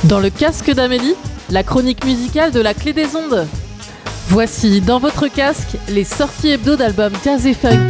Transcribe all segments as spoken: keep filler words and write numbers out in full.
Dans le casque d'Amélie, la chronique musicale de la Clé des Ondes. Voici dans votre casque les sorties hebdo d'albums jazz et funk.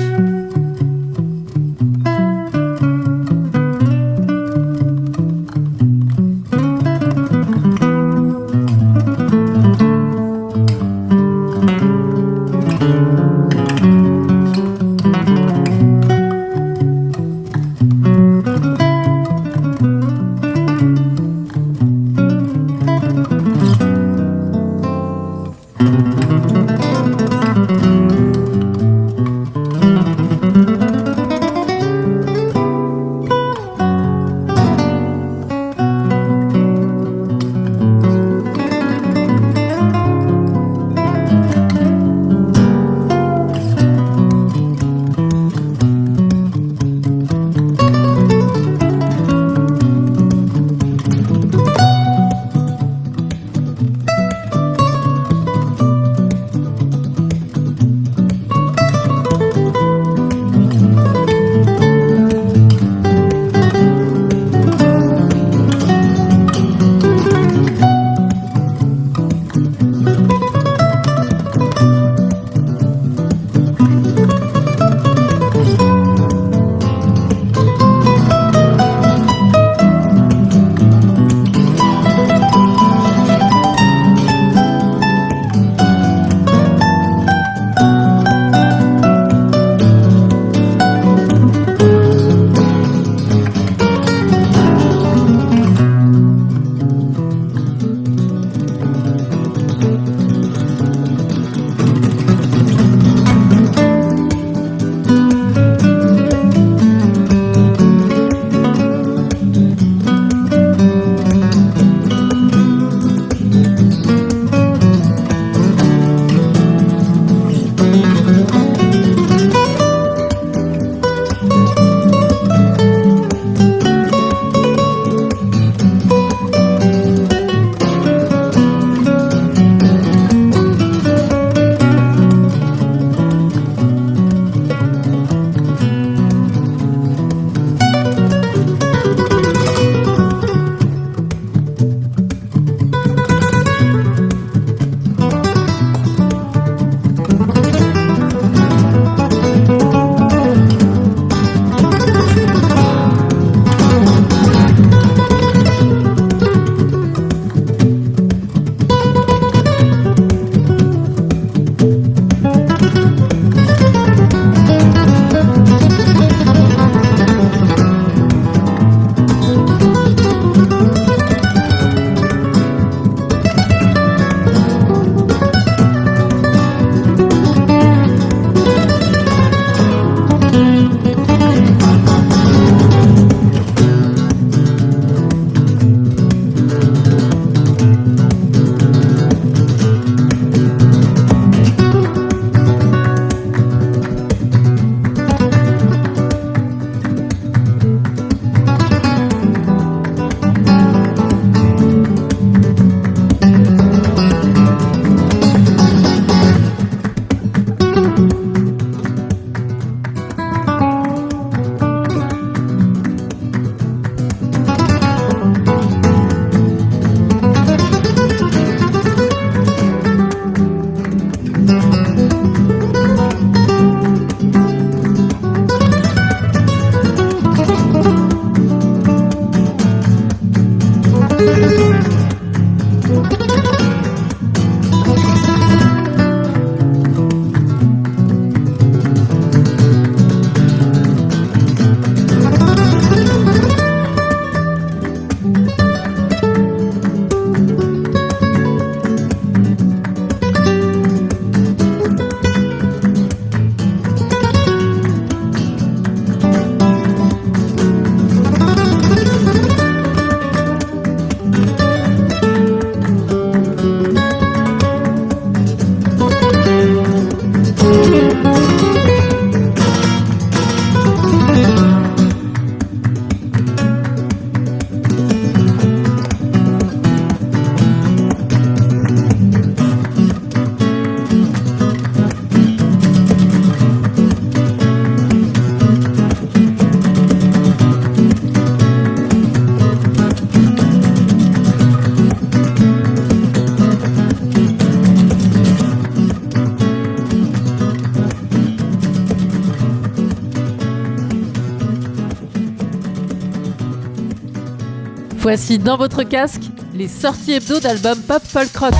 Voici dans votre casque les sorties hebdo d'albums pop folk rock.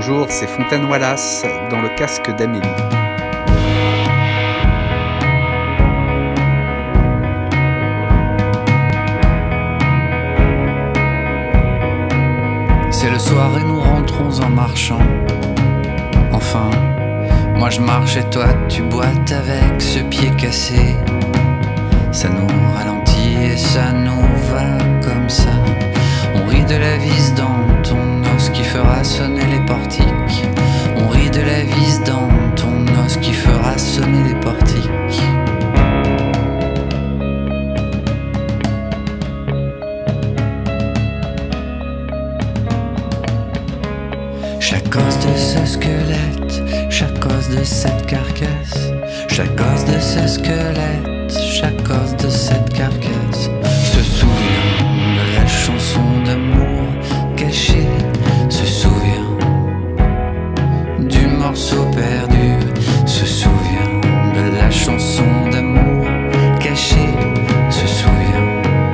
bonjour, c'est Fontaine Wallace dans le casque d'Amélie. C'est le soir et nous rentrons en marchant. Enfin, moi je marche et toi tu boites avec ce pied cassé. Ça nous ralentit et ça nous va comme ça. On rit de la vis dans ton os qui fera sonner les portiques. On rit de la vis dans ton os qui fera sonner les portiques. Chaque os de ce squelette, chaque os de cette carcasse, chaque os de ce squelette, chaque os de cette carcasse se souvient de la chanson d'amour cachée, se souvient du morceau perdu, se souvient de la chanson d'amour cachée, se souvient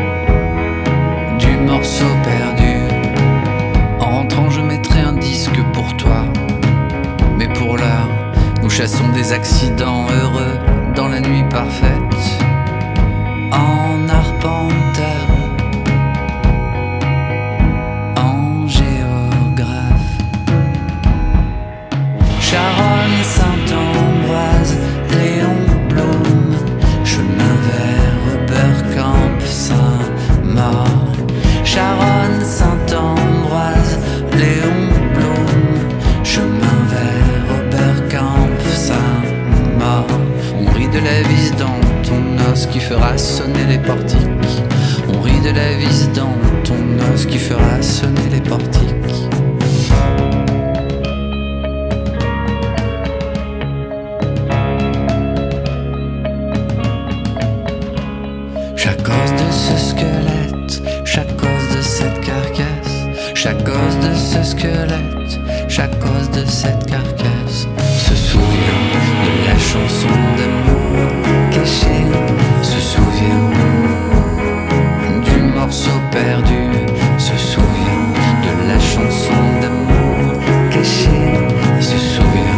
du morceau perdu. En rentrant je mettrai un disque pour toi, mais pour l'heure nous chassons des accidents heureux dans la nuit parfaite. En arpenteur, en géographe, Charonne, Saint-Ambroise, Léon Blum, chemin vers Oberkampf, Saint-Maur. Charonne, Saint-Ambroise, Léon Blum, chemin vers Oberkampf, Saint-Maur. On rit de la vis dans ton os qui fera sonner les portiques. On rit de la vis dans ton os qui fera sonner les portiques. Chaque os de ce squelette, chaque os de cette carcasse, chaque os de ce squelette, chaque os de cette carcasse se souvient de la chanson d'amour cachée, se souvient du morceau perdu, se souvient de la chanson d'amour cachée, se souvient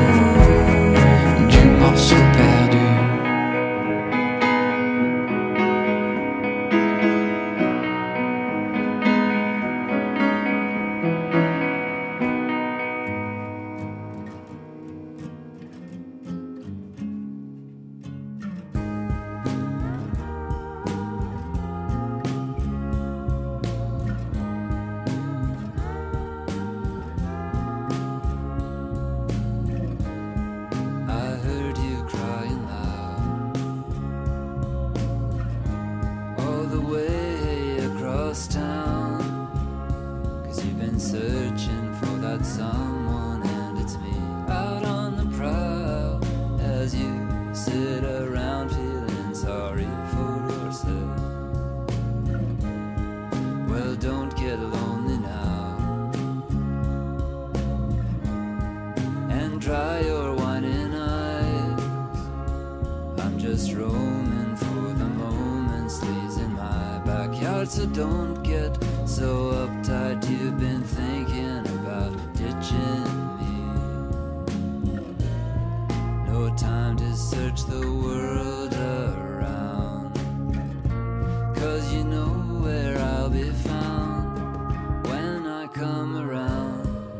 du morceau perdu. So don't get so uptight, you've been thinking about ditching me. No time to search the world around, 'cause you know where I'll be found when I come around.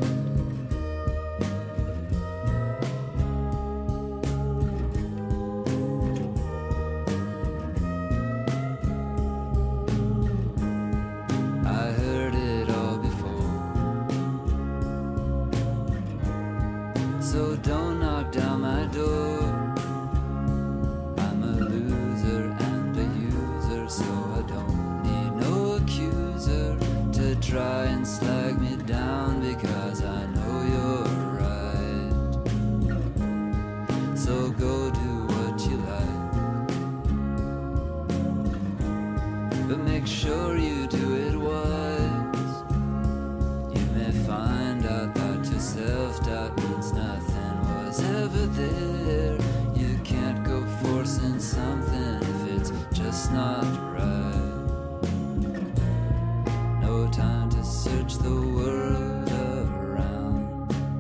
So don't knock down my door. I'm a loser and a user, so I don't need no accuser to try and slag me down, because I know you're right. So go do what you like, but make sure you do it wise. You may find out that your self-doubt means nothing was ever there. You can't go forcing something if it's just not right. No time to search the world around.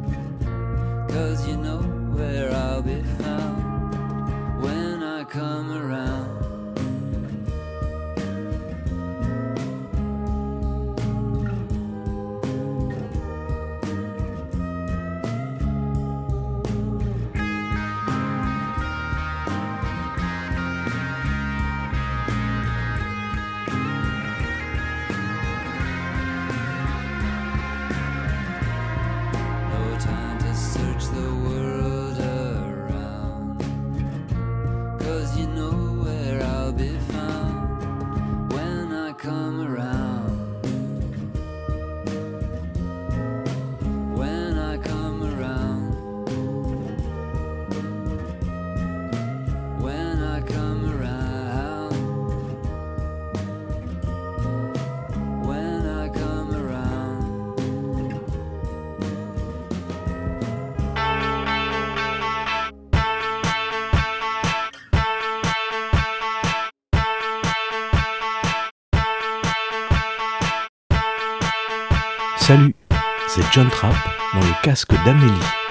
Salut, c'est John Trapp dans le casque d'Amélie.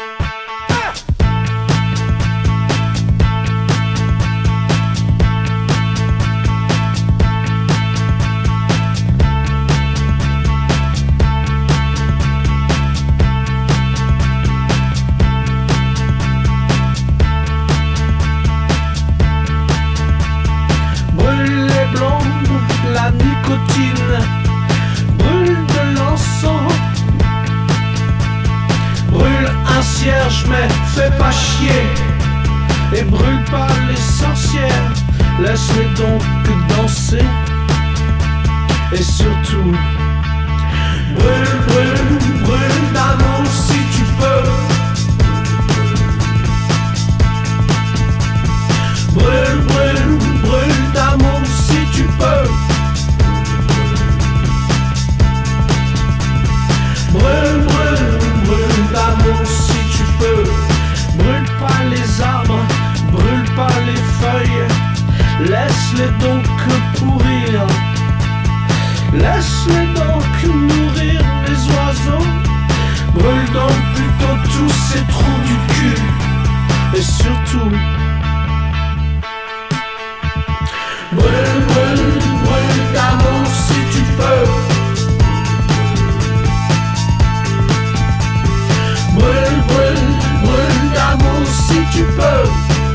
Brûle les blondes, la nicotine, brûle de l'encens, brûle un cierge mais fais pas chier, et brûle pas les sorcières, laisse-les donc danser, et surtout brûle, brûle, brûle d'amour si tu peux. Brûle, brûle, brûle d'amour si tu peux. Brûle, brûle, brûle d'amour si tu peux. Brûle pas les arbres, brûle pas les feuilles, laisse-les donc pourrir. Laisse-les donc nourrir les oiseaux. Brûle donc plutôt tous ces trous du cul. Et surtout brûle, brûle, brûle d'amour si tu peux. Brûle, brûle, brûle d'amour si tu peux.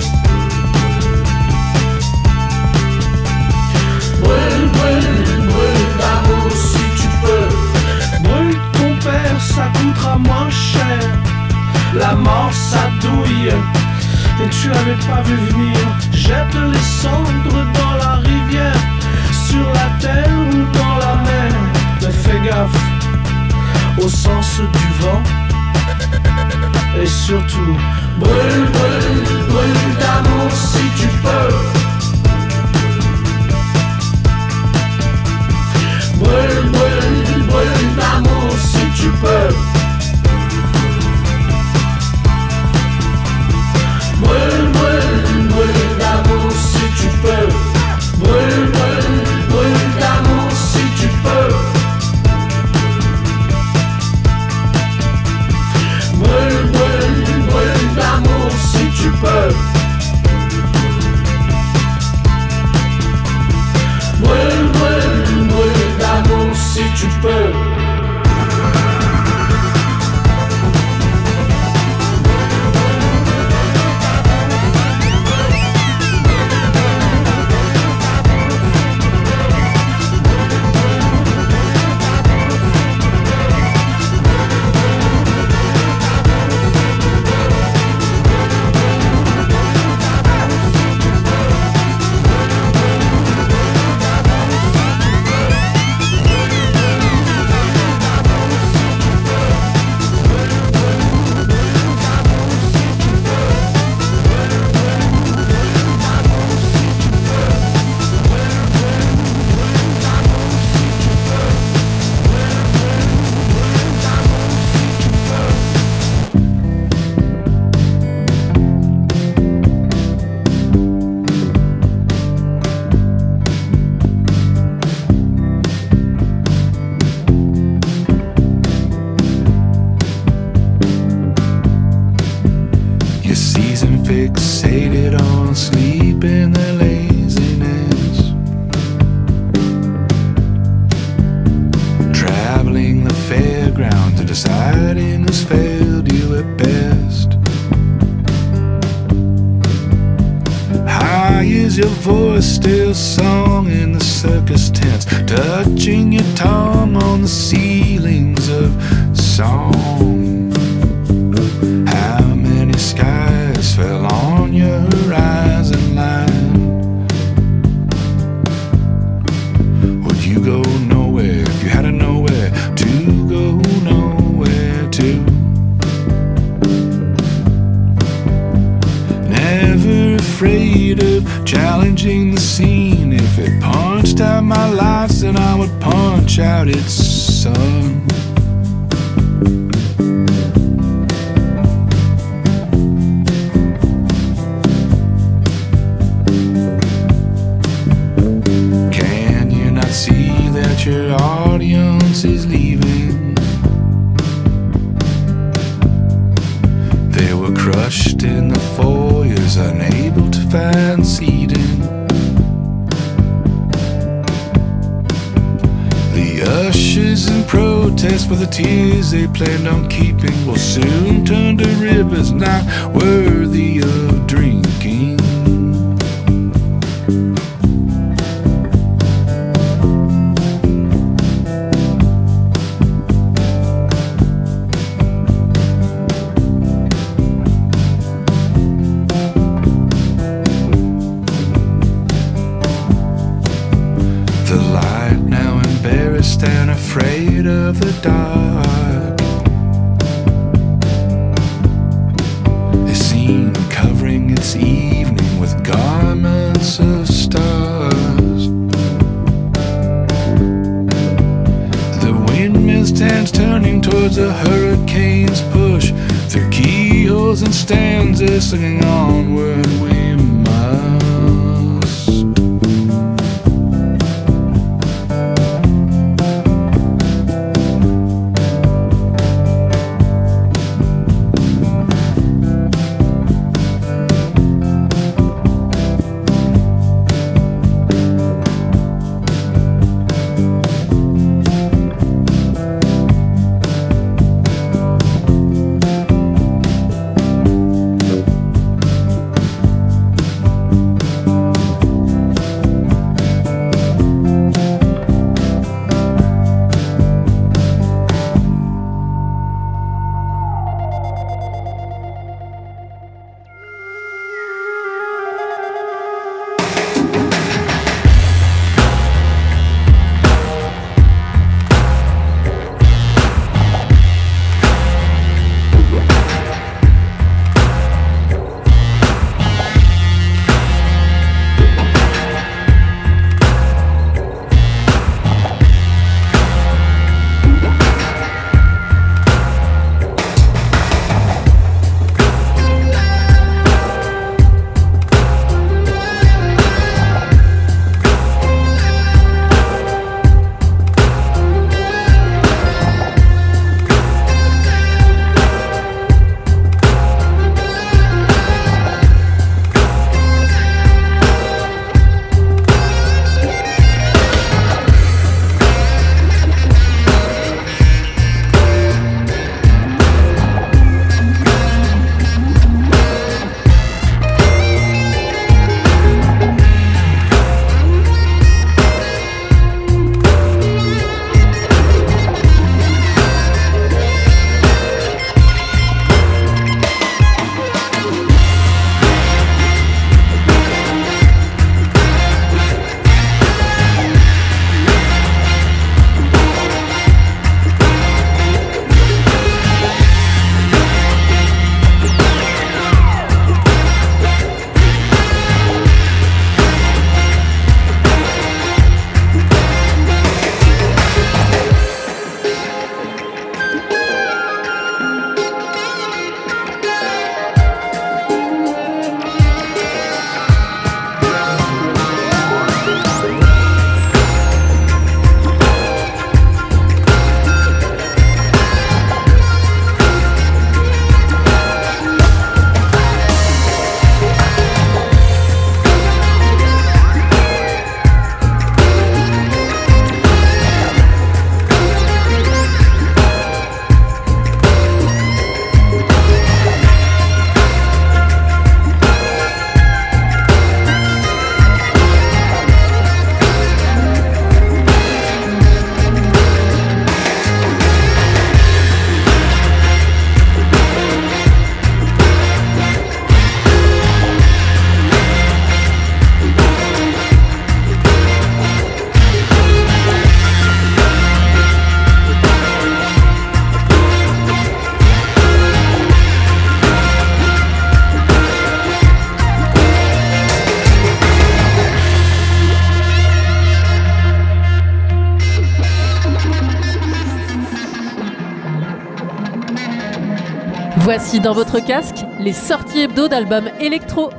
Brûle, brûle, brûle d'amour si tu peux. Brûle ton père, ça coûtera moins cher. La mort ça douille et tu l'avais pas vu venir. Jette les cendres dans la rivière, sur la terre ou dans la mer. Mais fais gaffe au sens du vent. Et surtout brûle, brûle, brûle d'amour si tu peux. Brûle, brûle, brûle d'amour si tu peux. Brûle, brûle, brûle d'amour si tu peux. Brûle, brûle, brûle d'amour si tu peux. Brûle, brûle, brûle d'amour si tu peux. Brûle, brûle, brûle d'amour si tu peux. Still song in the circus tents, touching your tongue on the ceilings of song. How many skies fell on your horizon line? Would you go nowhere if you had a nowhere to go, nowhere to? Never afraid of challenging the scene. If it punched out my lights, then I would punch out its sun. Can you not see that your audience is leaving? in protest for the tears they planned on keeping will soon turn to rivers not worthy of drinking. And afraid of the dark is seen covering its evening with garments of stars. The windmill stands turning towards the hurricane's push through keyholes and stanzas, singing onward we must. Voici dans votre casque les sorties hebdo d'albums électro.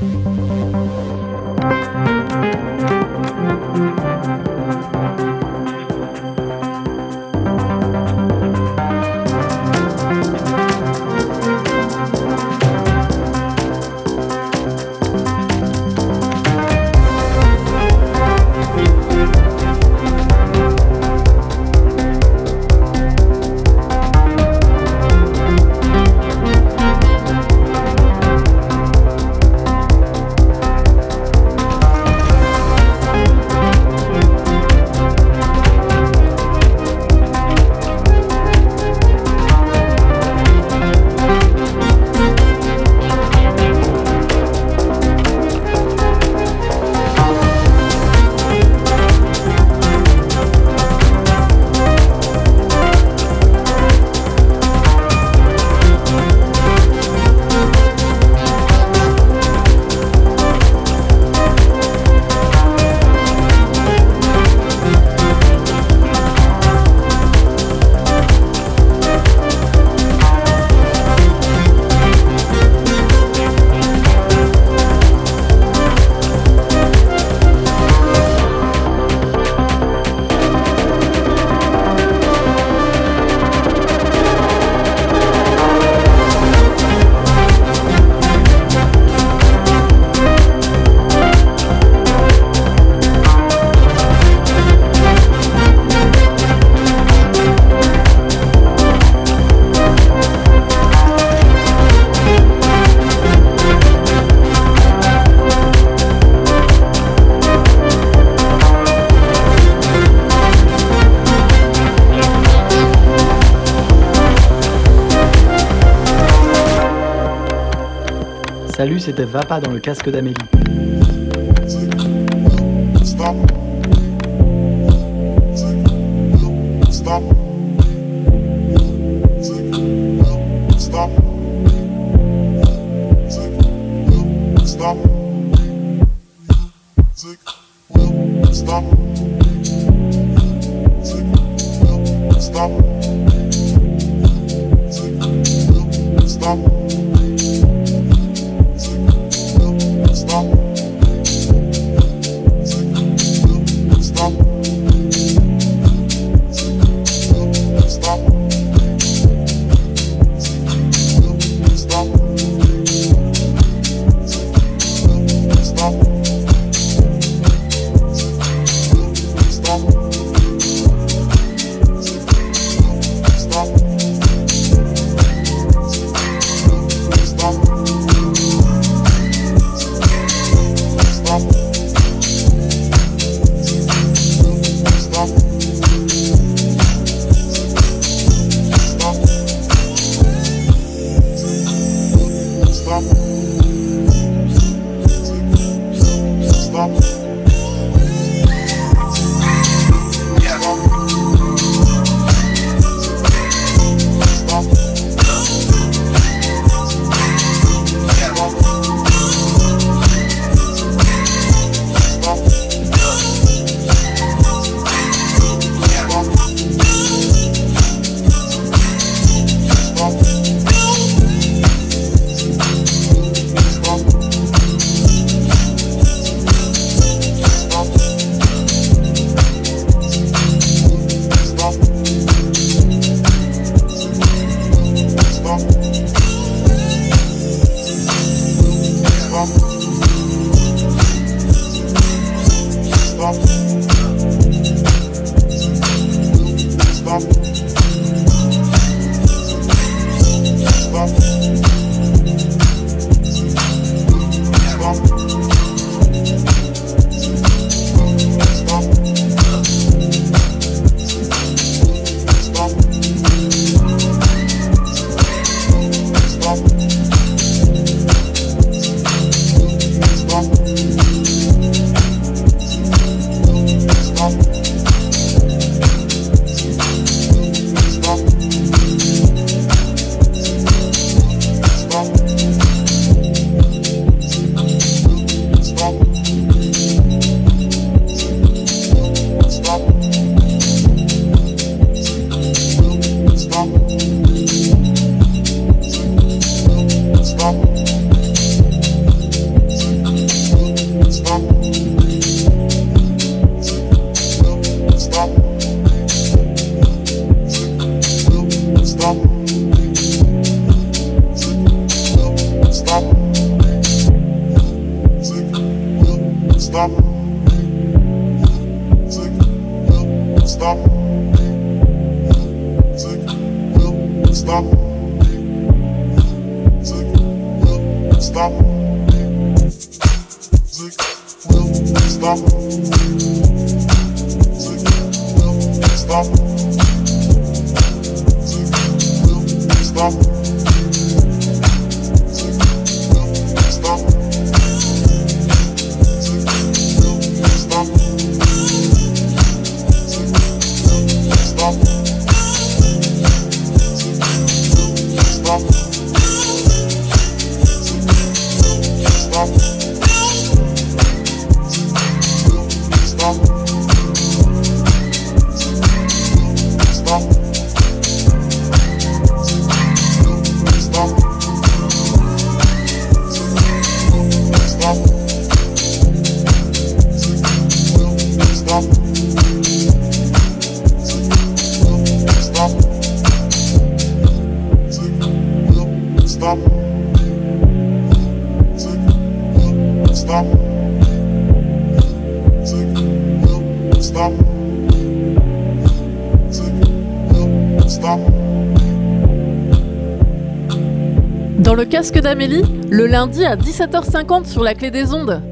Salut, c'était Va pas dans le casque d'Amélie. Stop. Stop. Stop. Stop. Stop. Stop. Stop. Stop. Stop. Stop. Stop. Stop. Stop. Stop. Stop. Stop. stop. Music will stop. Music will stop. Music will stop. Music will stop. Music will stop. Music will stop. Dans le casque d'Amélie, le lundi à dix-sept heures cinquante sur la Clé des Ondes.